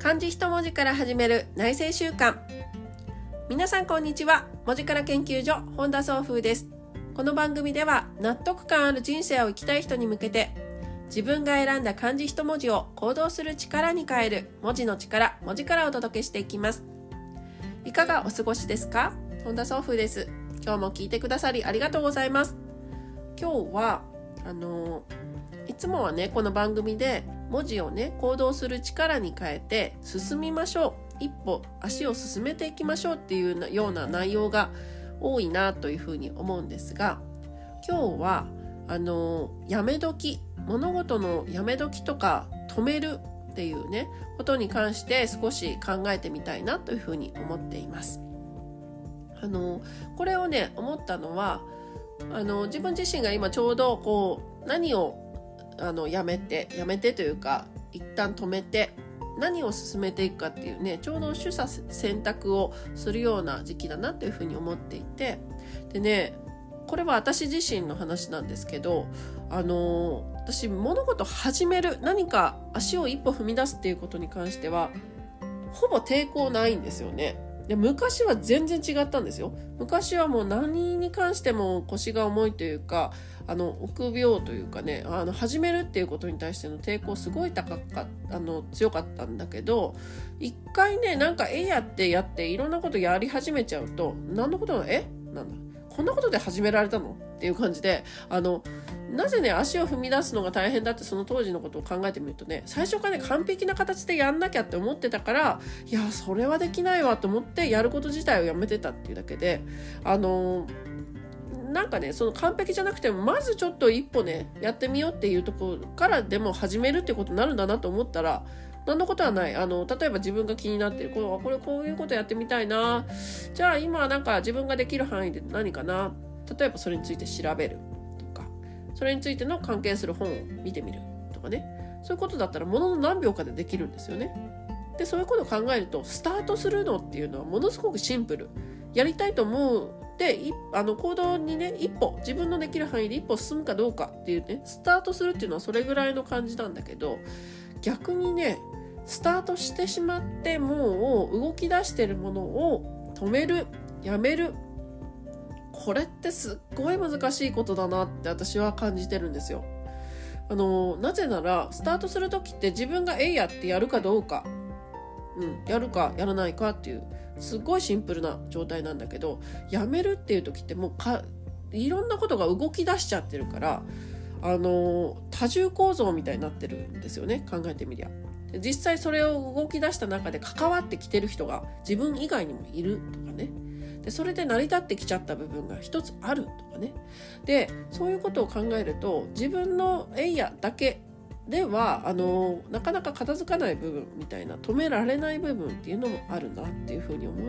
漢字一文字から始める内政習慣。皆さんこんにちは。文字から研究所本田宗風です。この番組では納得感ある人生を生きたい人に向けて、自分が選んだ漢字一文字を行動する力に変える文字の力、文字からお届けしていきます。いかがお過ごしですか？本田宗風です。今日も聞いてくださりありがとうございます。今日はいつもはね、この番組で文字をね、行動する力に変えて進みましょう、一歩足を進めていきましょうっていうような内容が多いなというふうに思うんですが、今日はやめ時、物事のやめ時とか止めるっていうねことに関して少し考えてみたいなというふうに思っています。これをね思ったのは自分自身が今ちょうど何をやめてというか一旦止めて何を進めていくかっていうね、ちょうど取捨選択をするような時期だなというふうに思っていて、でね、これは私自身の話なんですけど、私物事を始める、何か足を一歩踏み出すっていうことに関してはほぼ抵抗ないんですよね。で、昔は全然違ったんですよ。昔はもう何に関しても腰が重いというか臆病というかね、始めるっていうことに対しての抵抗すごい強かったんだけど、一回ねなんかやっていろんなことやり始めちゃうと、何のことなんだこんなことで始められたのっていう感じで、なぜね足を踏み出すのが大変だって、その当時のことを考えてみるとね、最初からね完璧な形でやんなきゃって思ってたから、いやそれはできないわと思ってやること自体をやめてたっていうだけで、なんかね、その完璧じゃなくてもまずちょっと一歩ねやってみようっていうところからでも始めるってことになるんだなと思ったら、何のことはない。例えば自分が気になってるこういうことやってみたいな、じゃあ今なんか自分ができる範囲で何かな、例えばそれについて調べるとか、それについての関係する本を見てみるとかね、そういうことだったらものの何秒かでできるんですよね。で、そういうことを考えるとスタートするのっていうのはものすごくシンプル。やりたいと思うで行動にね一歩、自分のできる範囲で一歩進むかどうかっていうね、スタートするっていうのはそれぐらいの感じなんだけど、逆にねスタートしてしまってもう動き出してるものを止める、やめる、これってすっごい難しいことだなって私は感じてるんですよ。なぜならスタートする時って自分がやってやるかどうか、やるかやらないかっていうすごいシンプルな状態なんだけど、やめるっていう時ってもういろんなことが動き出しちゃってるから、多重構造みたいになってるんですよね、考えてみりゃ。実際それを動き出した中で関わってきてる人が自分以外にもいるとかね、でそれで成り立ってきちゃった部分が一つあるとかね。でそういうことを考えると、自分のだけではなかなか片付かない部分みたいな、止められない部分っていうのもあるなっていうふうに思って、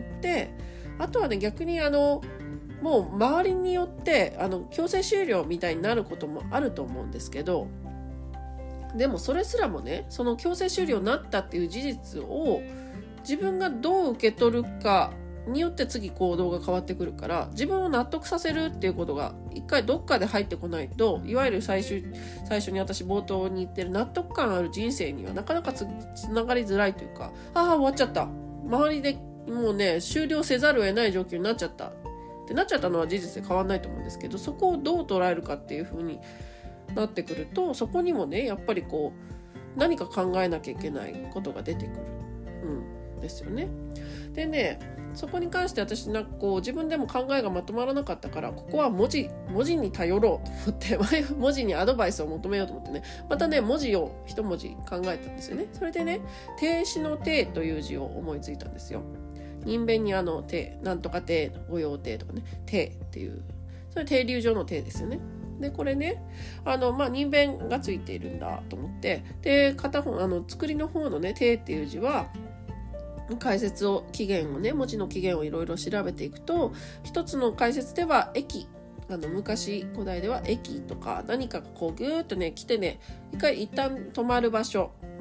あとはね逆にもう周りによって強制終了みたいになることもあると思うんですけど、でもそれすらもね、その強制終了になったっていう事実を自分がどう受け取るかによって次行動が変わってくるから、自分を納得させるっていうことが一回どっかで入ってこないと、いわゆる最初に私冒頭に言ってる納得感ある人生にはなかなかつながりづらいというか、終わっちゃった、周りでもうね終了せざるを得ない状況になっちゃったってなっちゃったのは事実で変わんないと思うんですけど、そこをどう捉えるかっていう風になってくると、そこにもねやっぱり何か考えなきゃいけないことが出てくる、ですよね。でね、そこに関して私自分でも考えがまとまらなかったから、ここは文字に頼ろうと思って文字にアドバイスを求めようと思ってね、またね文字を一文字考えたんですよね。それでね、停止の停という字を思いついたんですよ。人弁に停、なんとか停、御用停とかね、停っていう、それ停留所の停ですよね。でこれね人弁がついているんだと思って、で片方作りの方のね停っていう字は解説を起源をね、文字の起源をいろいろ調べていくと、一つの解説では駅、昔古代では駅とか何かがぐーっとね来てね、一旦止まる場所、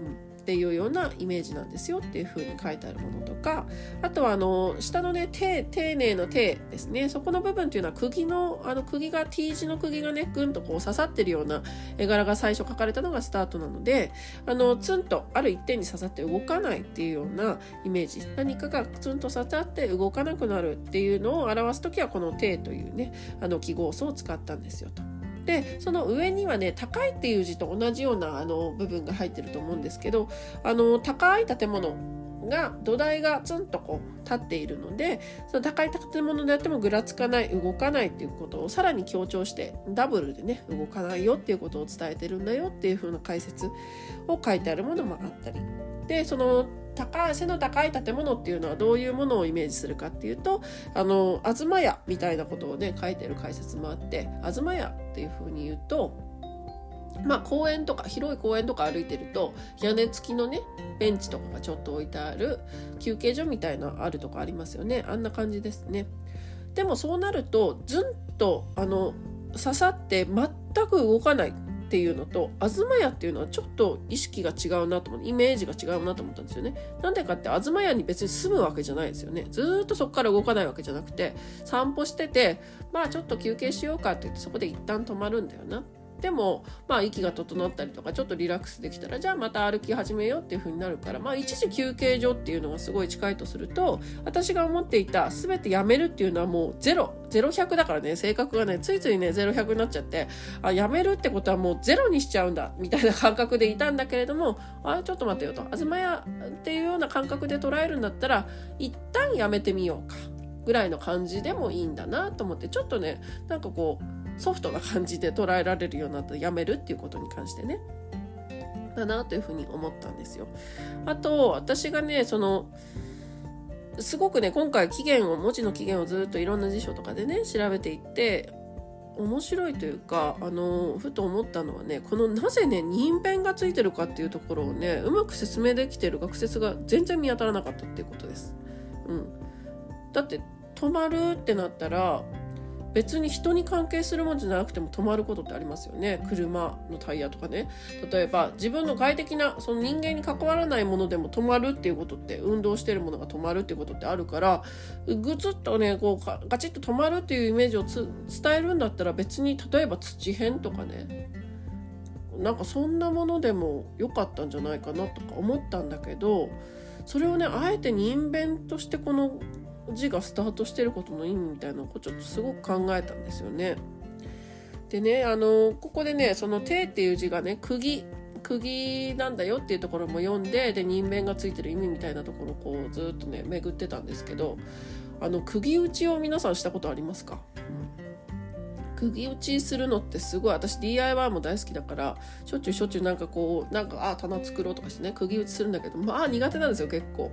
っていうようなイメージなんですよっていう風に書いてあるものとか、あとは下のね丁寧の丁ですね、そこの部分っていうのは釘が T 字の釘がねぐんとこう刺さってるような絵柄が最初書かれたのがスタートなので、ツンとある一点に刺さって動かないっていうようなイメージ、何かがツンと刺さって動かなくなるっていうのを表すときはこの丁というね記号素を使ったんですよと。でその上にはね高いっていう字と同じような部分が入ってると思うんですけど、高い建物が土台がツンとこう立っているので、その高い建物であってもぐらつかない、動かないっていうことをさらに強調してダブルでね動かないよっていうことを伝えてるんだよっていう風な解説を書いてあるものもあったりで、その背の高い建物っていうのはどういうものをイメージするかっていうと、東屋みたいなことをね書いてる解説もあって、東屋っていう風に言うと、公園とか広い公園とか歩いてると屋根付きのねベンチとかがちょっと置いてある休憩所みたいなあるとこありますよね。あんな感じですね。でもそうなるとズンと刺さって全く動かないっていうのと、東屋っていうのはちょっと意識が違うなと思う、イメージが違うなと思ったんですよね。なんでかって東屋に別に住むわけじゃないですよね。ずっとそこから動かないわけじゃなくて、散歩しててちょっと休憩しようかって言ってそこで一旦止まるんだよな。でも息が整ったりとかちょっとリラックスできたらじゃあまた歩き始めようっていう風になるから、一時休憩所っていうのがすごい近いとすると、私が思っていた全てやめるっていうのはもう0-100だからね、性格がねついついね0-100になっちゃって、やめるってことはもう0にしちゃうんだみたいな感覚でいたんだけれども、ちょっと待ってよと、東屋っていうような感覚で捉えるんだったら一旦やめてみようかぐらいの感じでもいいんだなと思って、ちょっとねなんかこうソフトな感じで捉えられるようになったらやめるっていうことに関してねだなというふうに思ったんですよ。あと私がねすごくね今回文字の起源をずっといろんな辞書とかでね調べていって面白いというかふと思ったのはね、このなぜね人弁がついてるかっていうところをねうまく説明できてる学説が全然見当たらなかったっていうことです。だって止まるってなったら別に人に関係するものじゃなくても止まることってありますよね。車のタイヤとかね。例えば自分の外的なその人間に関わらないものでも止まるっていうことって、運動してるものが止まるっていうことってあるから、ぐつっとねこうガチッと止まるっていうイメージを伝えるんだったら、別に例えば土片とかね、なんかそんなものでもよかったんじゃないかなとか思ったんだけど、それをねあえて人弁としてこの字がスタートしてることの意味みたいなのをちょっとすごく考えたんですよね。でねここでねその丁っていう字がね釘なんだよっていうところも読んで、で人弁がついてる意味みたいなところをこうずっとね巡ってたんですけど、釘打ちを皆さんしたことありますか？釘打ちするのってすごい、私 DIY も大好きだからしょっちゅうなんか棚作ろうとかしてね釘打ちするんだけど、苦手なんですよ結構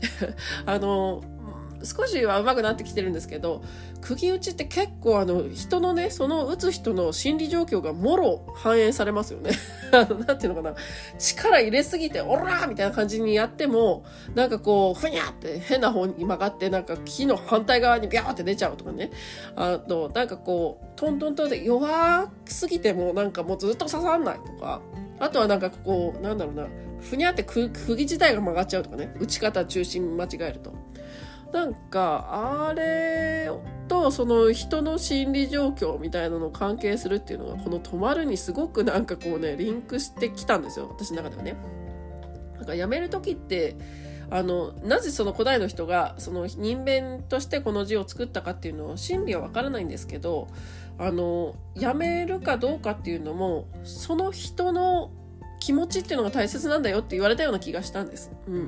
少しは上手くなってきてるんですけど、釘打ちって結構人のねその打つ人の心理状況がもろ反映されますよねなんていうのかな、力入れすぎてオラーみたいな感じにやってもなんかこうふにゃって変な方に曲がってなんか木の反対側にビャーって出ちゃうとかね、あとなんかこうトントントンで弱すぎてもなんかもうずっと刺さんないとか、あとはなんかこうなんだろうな、ふにゃって釘自体が曲がっちゃうとかね、打ち方中心間違えると、なんかあれとその人の心理状況みたいなのを関係するっていうのがこの止まるにすごくなんかこうねリンクしてきたんですよ、私の中ではね。なんかやめる時ってなぜその古代の人がその人弁としてこの字を作ったかっていうのを真理はわからないんですけど、やめるかどうかっていうのもその人の気持ちっていうのが大切なんだよって言われたような気がしたんです。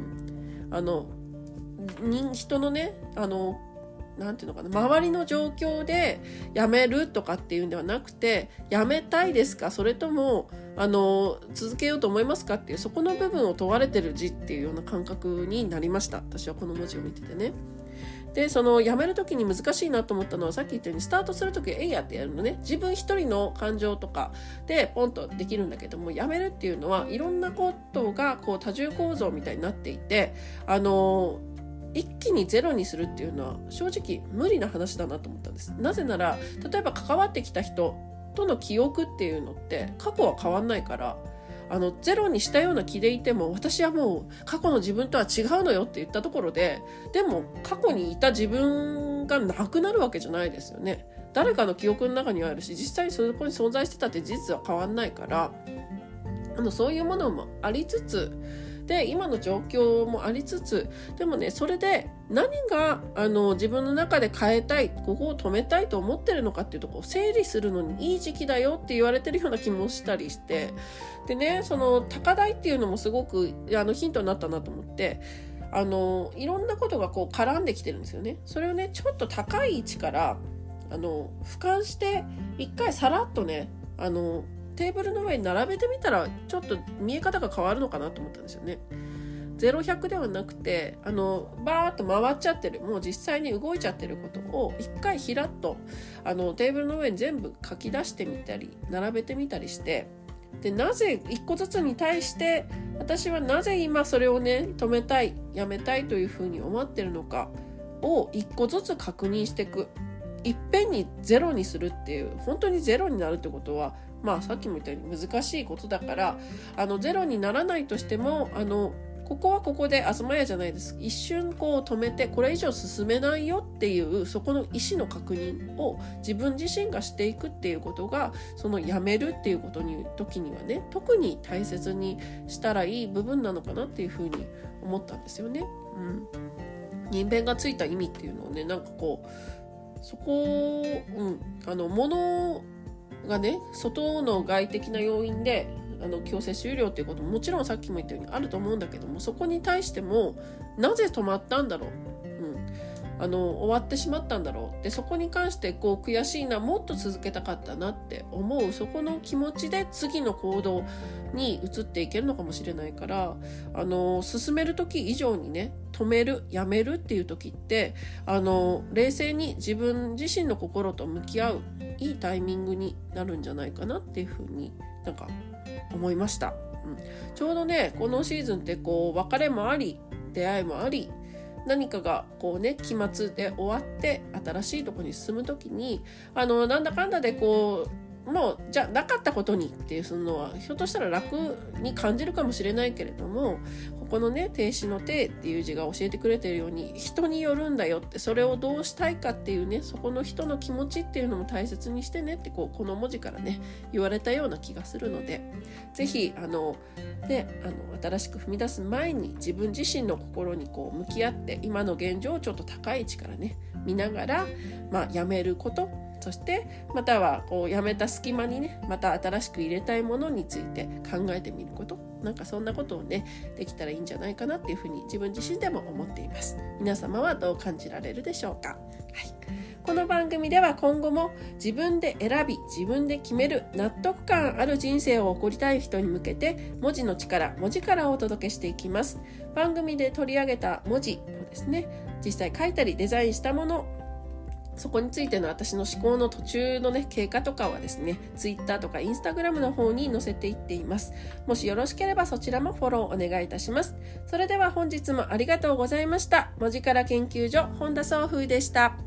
人のねなんていうのかな、周りの状況でやめるとかっていうんではなくて、やめたいですかそれとも続けようと思いますかっていう、そこの部分を問われてる字っていうような感覚になりました。私はこの文字を見ててね。でそのやめる時に難しいなと思ったのは、さっき言ったようにスタートする時エイヤってやるのね、自分一人の感情とかでポンとできるんだけども、やめるっていうのはいろんなことがこう多重構造みたいになっていて、一気にゼロにするっていうのは正直無理な話だなと思ったんです。なぜなら例えば関わってきた人との記憶っていうのって過去は変わんないから、 ゼロにしたような気でいても、私はもう過去の自分とは違うのよって言ったところで、でも過去にいた自分がなくなるわけじゃないですよね。誰かの記憶の中にはあるし、実際にそこに存在してたって事実は変わんないから、そういうものもありつつで、今の状況もありつつ、でもね、それで何が自分の中で変えたい、ここを止めたいと思ってるのかっていうところを整理するのにいい時期だよって言われてるような気もしたりして、でね、その高台っていうのもすごくヒントになったなと思って、いろんなことがこう絡んできてるんですよね。それをね、ちょっと高い位置から俯瞰して一回さらっとねテーブルの上に並べてみたら、ちょっと見え方が変わるのかなと思ったんですよね。0-100ではなくて、バーッと回っちゃってる、もう実際に動いちゃってることを一回ひらっとテーブルの上に全部書き出してみたり並べてみたりして、でなぜ一個ずつに対して私はなぜ今それをね止めたい、やめたいというふうに思ってるのかを一個ずつ確認していく。いっぺんにゼロにするっていう、本当にゼロになるってことは、さっきも言ったように難しいことだから、ゼロにならないとしても、ここはここで東屋じゃないです。一瞬こう止めて、これ以上進めないよっていう、そこの意思の確認を自分自身がしていくっていうことが、そのやめるっていうことに時にはね、特に大切にしたらいい部分なのかなっていうふうに思ったんですよね。人弁がついた意味っていうのをね、なんかこうそこを、物がね、外の外的な要因で強制終了っていうことももちろんさっきも言ったようにあると思うんだけども、そこに対してもなぜ止まったんだろう、終わってしまったんだろうで、そこに関してこう悔しいな、もっと続けたかったなって思う、そこの気持ちで次の行動に移っていけるのかもしれないから、進める時以上にね、止める、やめるっていう時って冷静に自分自身の心と向き合ういいタイミングになるんじゃないかなっていうふうになんか思いました。ちょうどね、このシーズンってこう別れもあり出会いもあり、何かがこうね期末で終わって新しいところに進むときになんだかんだでこうもうじゃなかったことにっていうのはひょっとしたら楽に感じるかもしれないけれども、ここのね停止の停っていう字が教えてくれているように人によるんだよって、それをどうしたいかっていうね、そこの人の気持ちっていうのも大切にしてねってこの文字からね言われたような気がするので、ぜひ新しく踏み出す前に自分自身の心にこう向き合って、今の現状をちょっと高い位置からね見ながら、やめること、そしてまたはこうやめた隙間にねまた新しく入れたいものについて考えてみること、なんかそんなことをねできたらいいんじゃないかなっていうふうに自分自身でも思っています。皆様はどう感じられるでしょうか。この番組では今後も自分で選び自分で決める納得感ある人生を送りたい人に向けて文字の力をお届けしていきます。番組で取り上げた文字をですね、実際書いたりデザインしたもの、そこについての私の思考の途中のね経過とかはですね、Twitter とか Instagram の方に載せていっています。もしよろしければそちらもフォローお願いいたします。それでは本日もありがとうございました。文字から研究所本田宗風でした。